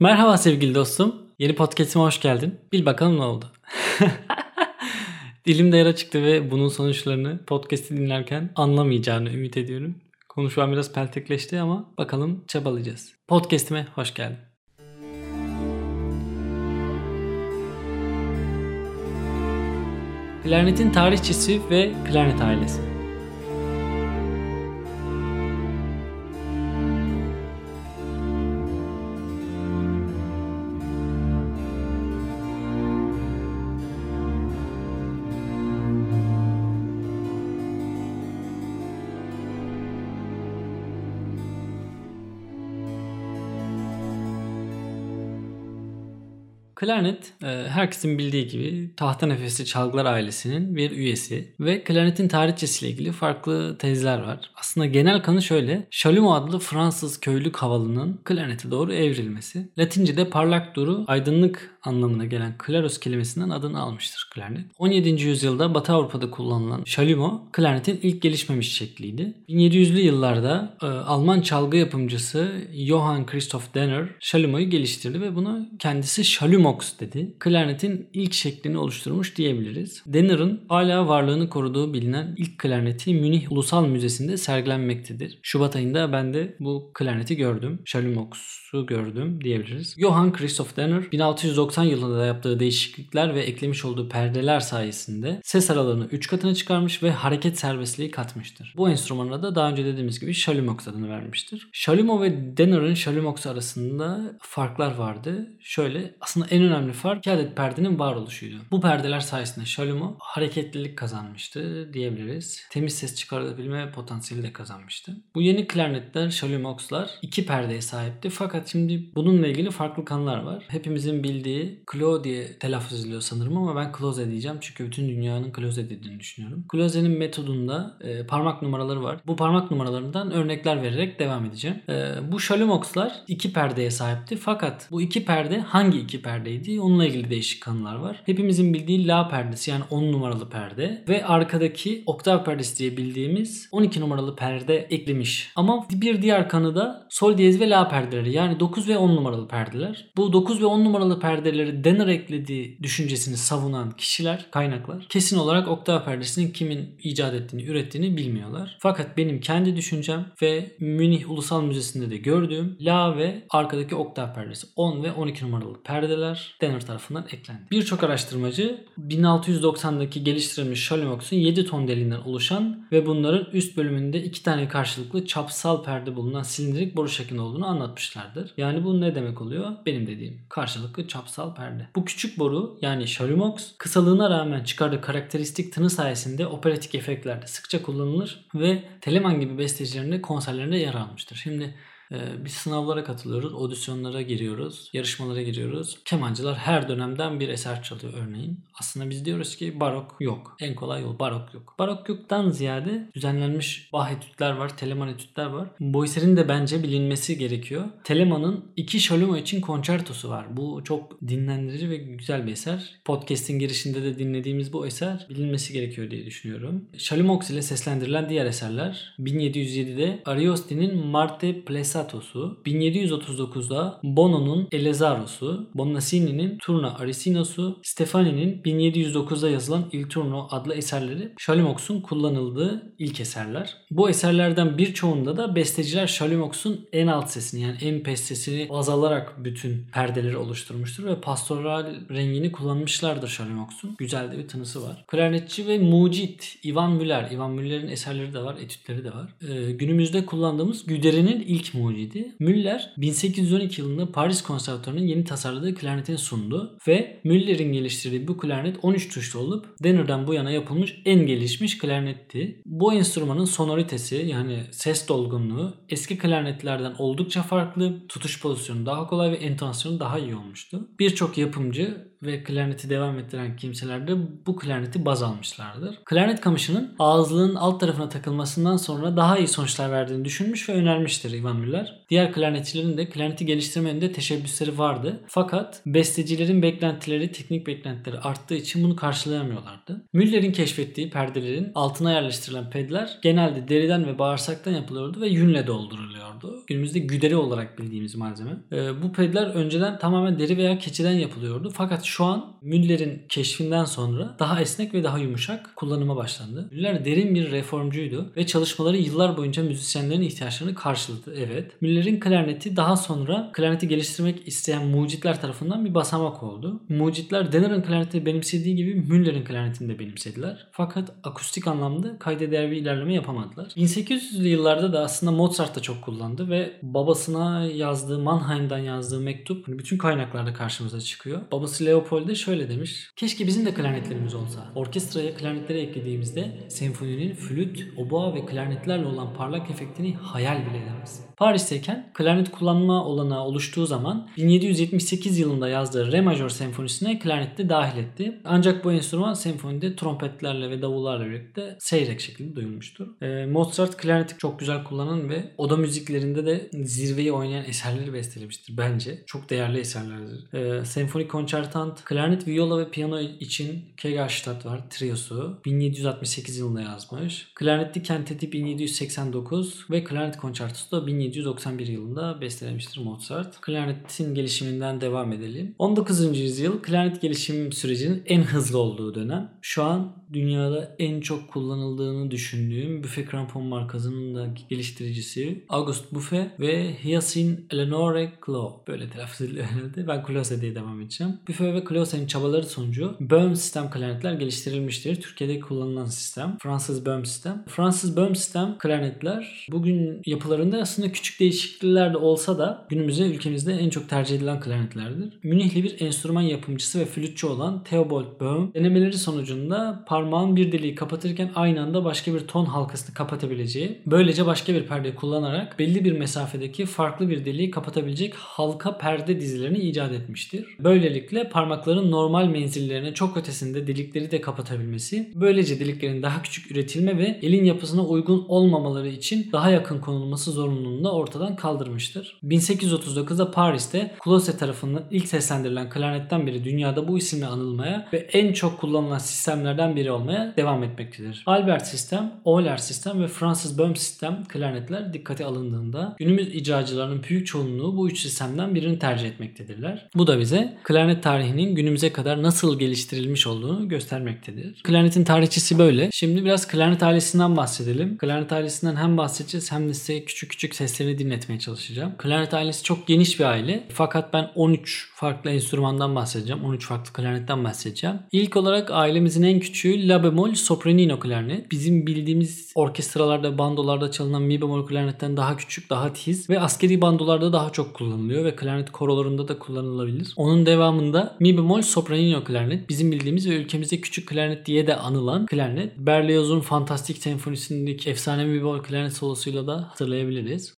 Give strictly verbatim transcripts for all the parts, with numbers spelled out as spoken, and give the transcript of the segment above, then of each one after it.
Merhaba sevgili dostum. Yeni podcast'ime hoş geldin. Bil bakalım ne oldu. Dilimde yara çıktı ve bunun sonuçlarını podcast'i dinlerken anlamayacağını ümit ediyorum. Konuşmam biraz peltekleşti ama bakalım çabalayacağız. Podcast'ime hoş geldin. Klarnetin tarihçisi ve klarnet ailesi. Klarnet, herkesin bildiği gibi tahta nefesli çalgılar ailesinin bir üyesi ve klarnetin tarihçesiyle ilgili farklı tezler var. Aslında genel kanı şöyle: Chalumeau adlı Fransız köylü havalının klarnete doğru evrilmesi. Latince'de parlak duru, aydınlık anlamına gelen claros kelimesinden adını almıştır klarnet. on yedinci yüzyılda Batı Avrupa'da kullanılan Chalumeau, klarnetin ilk gelişmemiş şekliydi. bin yedi yüzlü yıllarda e, Alman çalgı yapımcısı Johann Christoph Denner Chalumeau'yu geliştirdi ve bunu kendisi Chalumeaux dedi. Klarnetin ilk şeklini oluşturmuş diyebiliriz. Denner'ın hala varlığını koruduğu bilinen ilk klarneti Münih Ulusal Müzesi'nde sergilenmektedir. Şubat ayında ben de bu klarneti gördüm. Chalumeau'su gördüm diyebiliriz. Johann Christoph Denner bin altı yüz doksan yılında yaptığı değişiklikler ve eklemiş olduğu perdeler sayesinde ses aralığını üç katına çıkarmış ve hareket serbestliği katmıştır. Bu enstrümana da daha önce dediğimiz gibi Chalumeaux adını vermiştir. Chalumeau ve Denner'ın Chalumeaux arasında farklar vardı. Şöyle, aslında en önemli fark iki adet perdenin varoluşuydu. Bu perdeler sayesinde Chalumeau hareketlilik kazanmıştı diyebiliriz. Temiz ses çıkarabilme potansiyeli de kazanmıştı. Bu yeni klarnetler, Chalumeaux'lar iki perdeye sahipti. Fakat şimdi bununla ilgili farklı kanılar var. Hepimizin bildiği Clos diye telaffuz ediliyor sanırım ama ben Close diyeceğim çünkü bütün dünyanın Close dediğini düşünüyorum. Close'nin metodunda e, parmak numaraları var. Bu parmak numaralarından örnekler vererek devam edeceğim. E, bu Chalumeaux'lar iki perdeye sahipti. Fakat bu iki perde hangi iki perdeydi? Onunla ilgili değişik kanılar var. Hepimizin bildiği La perdesi, yani on numaralı perde ve arkadaki oktav perdesi diye bildiğimiz on iki numaralı perde eklemiş. Ama bir diğer kanı da Sol diyez ve La perdeleri, yani dokuz ve on numaralı perdeler. Bu dokuz ve on numaralı perdeleri Denner eklediği düşüncesini savunan kişiler, kaynaklar kesin olarak oktav perdesinin kimin icat ettiğini, ürettiğini bilmiyorlar. Fakat benim kendi düşüncem ve Münih Ulusal Müzesi'nde de gördüğüm La ve arkadaki oktav perdesi on ve on iki numaralı perdeler Denner tarafından eklendi. Birçok araştırmacı bin altı yüz doksandaki geliştirilmiş Chalumeaux'un yedi ton deliğinden oluşan ve bunların üst bölümünde iki tane karşılıklı çapsal perde bulunan silindirik boru şeklinde olduğunu anlatmışlardır. Yani bu ne demek oluyor? Benim dediğim karşılıklı çapsal perde. Bu küçük boru, yani Chalumeaux, kısalığına rağmen çıkardığı karakteristik tını sayesinde operatik efektlerde sıkça kullanılır ve Telemann gibi bestecilerin konserlerinde yer almıştır. Şimdi Biz sınavlara katılıyoruz, audisyonlara giriyoruz, yarışmalara giriyoruz. Kemancılar her dönemden bir eser çalıyor örneğin. Aslında biz diyoruz ki barok yok. En kolay yol barok yok. Barok yoktan ziyade düzenlenmiş Bach etütler var, Telemann etütler var. Bu eserin de bence bilinmesi gerekiyor. Telemann'ın iki Chalumeau için konçertosu var. Bu çok dinlendirici ve güzel bir eser. Podcast'in girişinde de dinlediğimiz bu eser bilinmesi gerekiyor diye düşünüyorum. Chalumeaux ile seslendirilen diğer eserler bin yedi yüz yedide Ariosti'nin Marte Plesat, bin yedi yüz otuz dokuzda Bono'nun Elezaro'su, Bonaccini'nin Turna Aricino'su, Stefani'nin bin yedi yüz dokuzda yazılan Il Turno adlı eserleri Chalumeaux'un kullanıldığı ilk eserler. Bu eserlerden birçoğunda da besteciler Chalumeaux'un en alt sesini, yani en pes sesini baz alarak bütün perdeleri oluşturmuştur ve pastoral rengini kullanmışlardır Chalumeaux'un. Güzel de bir tınısı var. Klarnetçi ve mucit Ivan Müller. Ivan Müller'in eserleri de var, etütleri de var. Ee, günümüzde kullandığımız Güderi'nin ilk mucidi. Müller bin sekiz yüz on iki yılında Paris Konservatuvarı'nın yeni tasarladığı klarnetini sundu ve Müller'in geliştirdiği bu klarnet on üç tuşlu olup Denner'dan bu yana yapılmış en gelişmiş klarnetti. Bu enstrümanın sonoritesi, yani ses dolgunluğu eski klarnetlerden oldukça farklı, tutuş pozisyonu daha kolay ve entonasyonu daha iyi olmuştu. Birçok yapımcı ve klarneti devam ettiren kimseler de bu klarneti baz almışlardır. Klarnet kamışının ağızlığın alt tarafına takılmasından sonra daha iyi sonuçlar verdiğini düşünmüş ve önermiştir Ivan Müller. görürler. Diğer klarnetçilerin de klarneti geliştirme yönünde teşebbüsleri vardı. Fakat bestecilerin beklentileri, teknik beklentileri arttığı için bunu karşılayamıyorlardı. Müller'in keşfettiği perdelerin altına yerleştirilen pedler genelde deriden ve bağırsaktan yapılıyordu ve yünle dolduruluyordu. Günümüzde güderi olarak bildiğimiz malzeme. Ee, bu pedler önceden tamamen deri veya keçiden yapılıyordu. Fakat şu an Müller'in keşfinden sonra daha esnek ve daha yumuşak kullanıma başlandı. Müller derin bir reformcuydu ve çalışmaları yıllar boyunca müzisyenlerin ihtiyaçlarını karşıladı. Evet. Müller'in klarneti daha sonra klarneti geliştirmek isteyen mucitler tarafından bir basamak oldu. Mucitler Denner'ın klarneti benimsediği gibi Müller'in klarnetini de benimsediler. Fakat akustik anlamda kayda değer bir ilerleme yapamadılar. bin sekiz yüzlü yıllarda da aslında Mozart da çok kullandı ve babasına yazdığı, Mannheim'dan yazdığı mektup bütün kaynaklarda karşımıza çıkıyor. Babası Leopold de şöyle demiş: "Keşke bizim de klarnetlerimiz olsa. Orkestraya klarnetleri eklediğimizde senfoninin flüt, oboa ve klarnetlerle olan parlak efektini hayal bile edemez." Paris'teyken klarnet kullanma olanağı oluştuğu zaman bin yedi yüz yetmiş sekiz yılında yazdığı Re majör senfonisine klarnet de dahil etti. Ancak bu enstrüman senfonide trompetlerle ve davullarla birlikte seyrek şekilde duyulmuştur. Ee, Mozart klarneti çok güzel kullanan ve oda müziklerinde de zirveyi oynayan eserleri bestelemiştir bence. Çok değerli eserlerdir. Ee, Senfoni Concertant, klarnet, viola ve piyano için Kegelstadt var triosu. bin yedi yüz altmış sekiz yılında yazmış. Klarnetli Kenteti bin yedi yüz seksen dokuz ve klarnet konçertosu da bin yedi yüz doksan bir yılında bestelemiştir Mozart. Klarnetin gelişiminden devam edelim. on dokuzuncu yüzyıl klarnet gelişim sürecinin en hızlı olduğu dönem. Şu an dünyada en çok kullanıldığını düşündüğüm Buffet Crampon markasının da geliştiricisi Auguste Buffet ve Hyacinthe Eleonore Clow. Böyle telaffuz ediliyor herhalde. Ben Klose diye devam edeceğim. Buffet ve Close'nin çabaları sonucu Böhm sistem klarnetler geliştirilmiştir. Türkiye'de kullanılan sistem. Fransız Böhm sistem. Fransız Böhm sistem klarnetler bugün yapılarında aslında küçük değişiklikler de olsa da günümüzde ülkemizde en çok tercih edilen klarnetlerdir. Münihli bir enstrüman yapımcısı ve flütçü olan Theobald Böhm denemeleri sonucunda parmağın bir deliği kapatırken aynı anda başka bir ton halkasını kapatabileceği, böylece başka bir perdeyi kullanarak belli bir mesafedeki farklı bir deliği kapatabilecek halka perde dizilerini icat etmiştir. Böylelikle parmakların normal menzillerine çok ötesinde delikleri de kapatabilmesi, böylece deliklerin daha küçük üretilme ve elin yapısına uygun olmamaları için daha yakın konulması zorunluluğunu da ortadan kaldırmıştır. bin sekiz yüz otuz dokuzda Paris'te Closet tarafından ilk seslendirilen klarnetten biri dünyada bu isimle anılmaya ve en çok kullanılan sistemlerden biri olmaya devam etmektedir. Albert sistem, Euler sistem ve Fransız Böhm sistem klarnetler dikkate alındığında günümüz icracılarının büyük çoğunluğu bu üç sistemden birini tercih etmektedirler. Bu da bize klarnet tarihinin günümüze kadar nasıl geliştirilmiş olduğunu göstermektedir. Klarnetin tarihçesi böyle. Şimdi biraz klarnet ailesinden bahsedelim. Klarnet ailesinden hem bahsedeceğiz hem de size küçük küçük seslerini dinletmeye çalışacağım. Klarnet ailesi çok geniş bir aile. Fakat ben on üç farklı enstrümandan bahsedeceğim. on üç farklı klarnetten bahsedeceğim. İlk olarak ailemizin en küçüğü La bemol sopranino klarnet. Bizim bildiğimiz orkestralarda, bandolarda çalınan mi bemol klarnetten daha küçük, daha tiz ve askeri bandolarda daha çok kullanılıyor ve klarnet korolarında da kullanılabilir. Onun devamında mi bemol sopranino klarnet, bizim bildiğimiz ve ülkemizde küçük klarnet diye de anılan klarnet. Berlioz'un Fantastik Senfonisi'ndeki efsane mi bemol klarnet solosuyla da hatırlayabiliriz.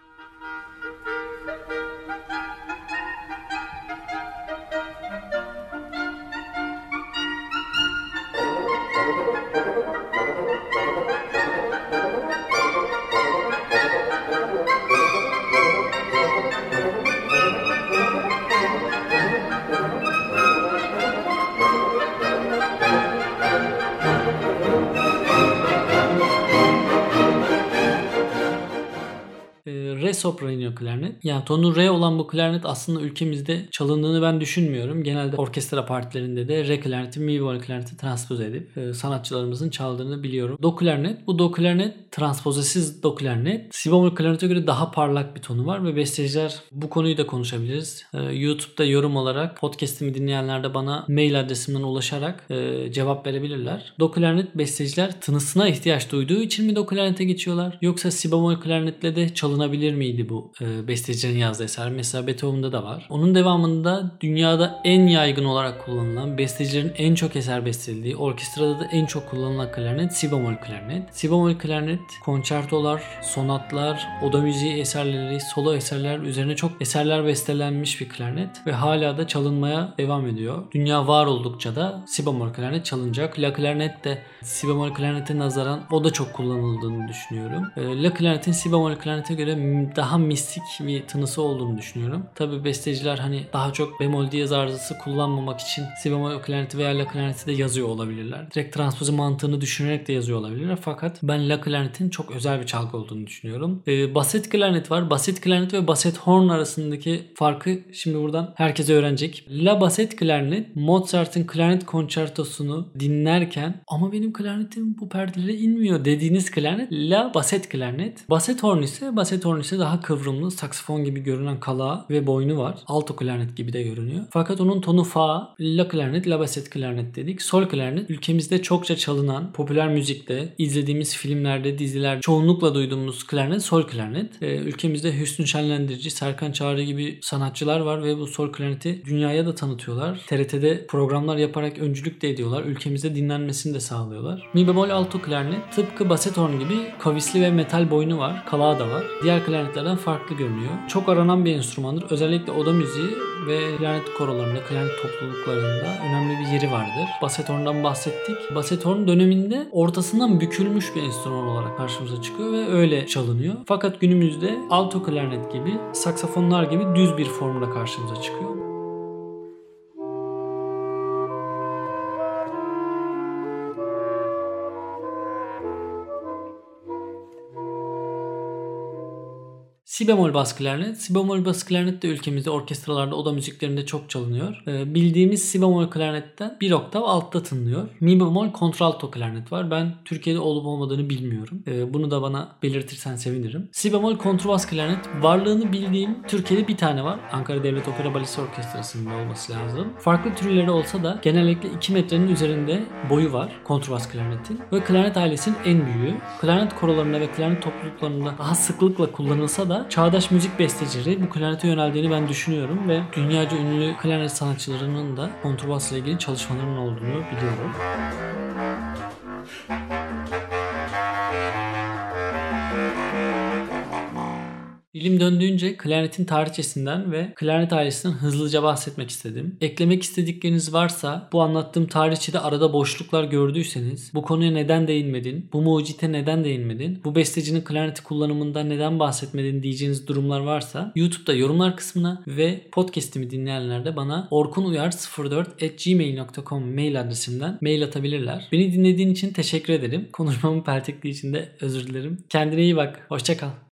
Re sopranino klarnet. Yani tonu re olan bu klarnet aslında ülkemizde çalındığını ben düşünmüyorum. Genelde orkestra partilerinde de re klarneti, mi bemol klarneti transpoze edip e, sanatçılarımızın çaldığını biliyorum. Do klarnet. Bu do klarnet transpozesiz do klarnet. Si bemol klarnete göre daha parlak bir tonu var ve besteciler bu konuyu da konuşabiliriz. E, YouTube'da yorum olarak podcast'imi dinleyenler de bana mail adresimden ulaşarak e, cevap verebilirler. Do klarnet besteciler tınısına ihtiyaç duyduğu için mi do klarnete geçiyorlar? Yoksa si bemol klarnetle de çalınabilir miydi bu e, bestecilerin yazdığı eser? Mesela Beethoven'da da var. Onun devamında dünyada en yaygın olarak kullanılan, bestecilerin en çok eser bestelediği, orkestrada da en çok kullanılan klarnet si bemol klarnet. Si bemol klarnet konçertolar, sonatlar, oda müziği eserleri, solo eserler üzerine çok eserler bestelenmiş bir klarnet ve hala da çalınmaya devam ediyor. Dünya var oldukça da si bemol klarnet çalınacak. La klarnet de si bemol klarnete nazaran o da çok kullanıldığını düşünüyorum. E, La klarnetin si bemol klarnete göre daha mistik bir tınısı olduğunu düşünüyorum. Tabii besteciler hani daha çok bemol diyez arızası kullanmamak için si bemol klarneti veya la klarneti de yazıyor olabilirler. Direkt transpoze mantığını düşünerek de yazıyor olabilirler. Fakat ben la klarnetin çok özel bir çalgı olduğunu düşünüyorum. Ee, basit klarnet var. Basit klarnet ve basit horn arasındaki farkı şimdi buradan herkes öğrenecek. La basit klarnet, Mozart'ın klarnet konçertosunu dinlerken ama benim klarnetim bu perdelere inmiyor dediğiniz klarnet la basit klarnet. Basit horn ise basit horn ise daha kıvrımlı, saksafon gibi görünen kalağı ve boynu var. Alto klarnet gibi de görünüyor. Fakat onun tonu fa, la klarnet, la basit klarnet dedik. Sol klarnet ülkemizde çokça çalınan, popüler müzikte, izlediğimiz filmlerde, dizilerde çoğunlukla duyduğumuz klarnet sol klarnet. Ee, ülkemizde Hüsnü Şenlendirici, Serkan Çağrı gibi sanatçılar var ve bu sol klarneti dünyaya da tanıtıyorlar. T R T'de programlar yaparak öncülük de ediyorlar. Ülkemizde dinlenmesini de sağlıyorlar. Mi bemol alto klarnet tıpkı basit horn gibi kavisli ve metal boynu var. Kalağı da var. Diğer klarnetlerden farklı görünüyor. Çok aranan bir enstrümandır. Özellikle oda müziği ve klarnet korolarında, klarnet topluluklarında önemli bir yeri vardır. Basit horn'dan bahsettik. Basit horn döneminde ortasından bükülmüş bir enstrüman olarak karşımıza çıkıyor ve öyle çalınıyor. Fakat günümüzde alto klarnet gibi, saksafonlar gibi düz bir formda karşımıza çıkıyor. Si bemol bas klarnet. Si bemol bas klarnet de ülkemizde orkestralarda, oda müziklerinde çok çalınıyor. Ee, bildiğimiz si bemol klarnetten bir oktav altta tınlıyor. Mi bemol kontralto klarnet var. Ben Türkiye'de olup olmadığını bilmiyorum. Ee, bunu da bana belirtirsen sevinirim. Si bemol kontrbas klarnet varlığını bildiğim Türkiye'de bir tane var. Ankara Devlet Opera Balesi Orkestrası'nda olması lazım. Farklı türleri olsa da genellikle iki metrenin üzerinde boyu var kontrbas klarnetin. Ve klarnet ailesinin en büyüğü. Klarnet korolarında ve klarnet topluluklarında daha sıklıkla kullanılsa da çağdaş müzik bestecileri bu klarnete yöneldiğini ben düşünüyorum ve dünyaca ünlü klarnet sanatçılarının da kontrbasla ilgili çalışmalarının olduğunu biliyorum. Dilim döndüğünce klarnetin tarihçesinden ve klarnet ailesinden hızlıca bahsetmek istedim. Eklemek istedikleriniz varsa, bu anlattığım tarihçede arada boşluklar gördüyseniz, bu konuya neden değinmedin, bu mucite neden değinmedin, bu bestecinin klarneti kullanımından neden bahsetmedin diyeceğiniz durumlar varsa YouTube'da yorumlar kısmına ve podcast'imi dinleyenler de bana orkunuyar sıfır dört at gmail nokta com mail adresimden mail atabilirler. Beni dinlediğin için teşekkür ederim. Konuşmamın pertekliği için de özür dilerim. Kendine iyi bak. Hoşça kal.